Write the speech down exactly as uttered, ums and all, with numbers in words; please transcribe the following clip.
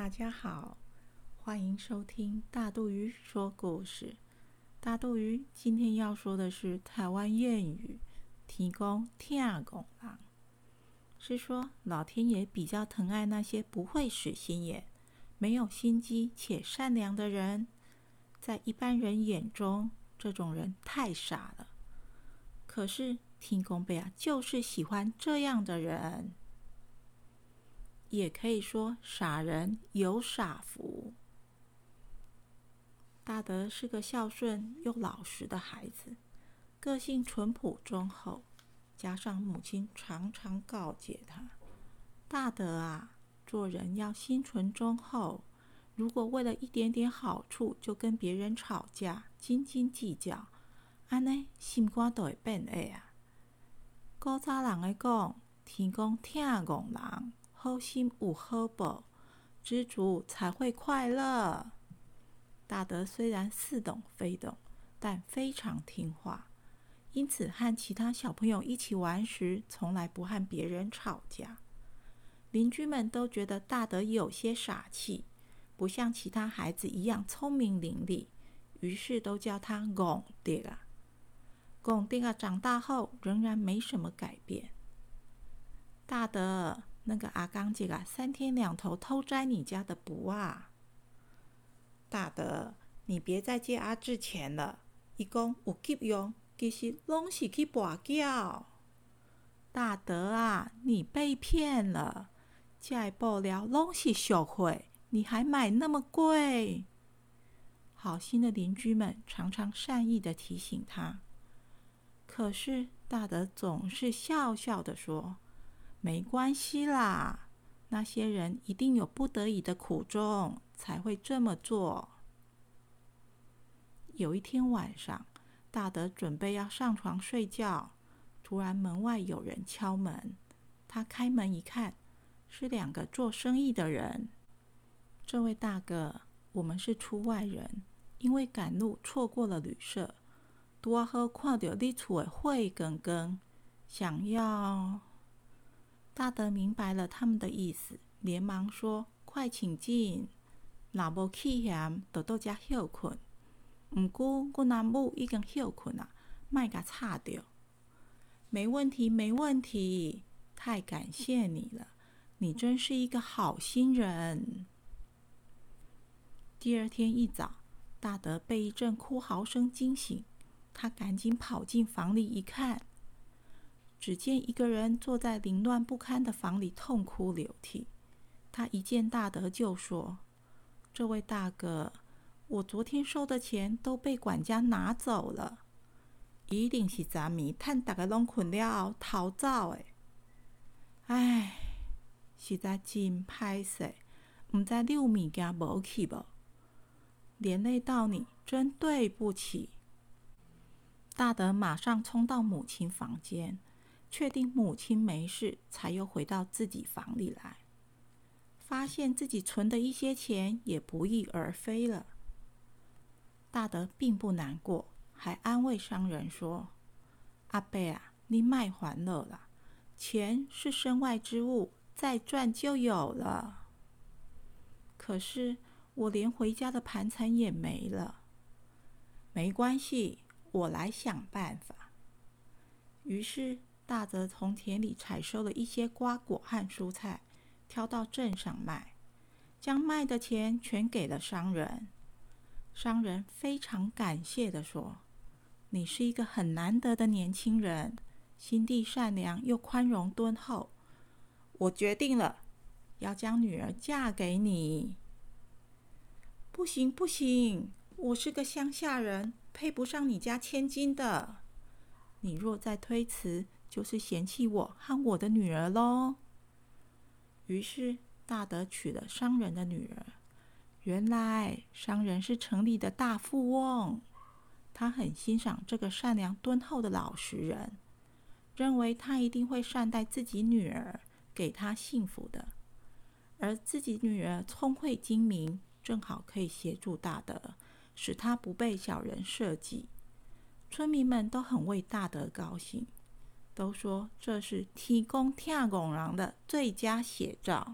大家好，欢迎收听大肚鱼说故事。大肚鱼今天要说的是台湾谚语“天公疼憨人”，是说老天爷比较疼爱那些不会使心眼、没有心机且善良的人。在一般人眼中，这种人太傻了。可是天公伯啊，就是喜欢这样的人。也可以说傻人有傻福。大德是个孝顺又老实的孩子，个性淳朴忠厚，加上母亲常常告诫他：大德啊，做人要心存忠厚，如果为了一点点好处就跟别人吵架，斤斤计较，这样心肝就会变矮啊。古早人会讲，天公疼憨人，好心有好报，知足才会快乐。大德虽然似懂非懂，但非常听话，因此和其他小朋友一起玩时，从来不和别人吵架。邻居们都觉得大德有些傻气，不像其他孩子一样聪明伶俐，于是都叫他戆弟啊。戆弟啊长大后仍然没什么改变。大德，那个阿刚姐啊，三天两头偷摘你家的卜啊！大德，你别再借阿志钱了，他说有急用，其实拢是去跋筊。大德啊，你被骗了，这的布料拢是俗货，你还买那么贵？好心的邻居们常常善意的提醒他，可是大德总是笑笑的说：没关系啦，那些人一定有不得已的苦衷，才会这么做。有一天晚上，大德准备要上床睡觉，突然门外有人敲门。他开门一看，是两个做生意的人。这位大哥，我们是出外人，因为赶路错过了旅社，拄好看到你厝的火光光，想要……大德明白了他们的意思，连忙说：快请进，若无气嫌，就倒这休困。不过阮阿母已经休困啊，莫甲吵着。没问题，没问题，太感谢你了，你真是一个好心人。第二天一早，大德被一阵哭嚎声惊醒，他赶紧跑进房里一看，只见一个人坐在凌乱不堪的房里痛哭流涕。他一见大德就说：这位大哥，我昨天收的钱都被管家拿走了，一定是昨暝趁大家拢困了后逃走的。唉，实在真歹势，不知你有物件无去无？连累到你，真对不起。大德马上冲到母亲房间，确定母亲没事，才又回到自己房里来，发现自己存的一些钱也不翼而飞了。大德并不难过，还安慰商人说：阿伯啊，你莫烦恼啦，钱是身外之物，再赚就有了。可是我连回家的盘缠也没了。没关系，我来想办法。于是大德从田里采收了一些瓜果和蔬菜，挑到镇上卖，将卖的钱全给了商人。商人非常感谢地说：你是一个很难得的年轻人，心地善良又宽容敦厚，我决定了，要将女儿嫁给你。不行不行，我是个乡下人，配不上你家千金的。你若再推辞，就是嫌弃我和我的女儿咯。于是大德娶了商人的女儿。原来商人是城里的大富翁，他很欣赏这个善良敦厚的老实人，认为他一定会善待自己女儿，给她幸福的。而自己女儿聪慧精明，正好可以协助大德，使他不被小人设计。村民们都很为大德高兴，都说这是天公疼憨人的最佳写照。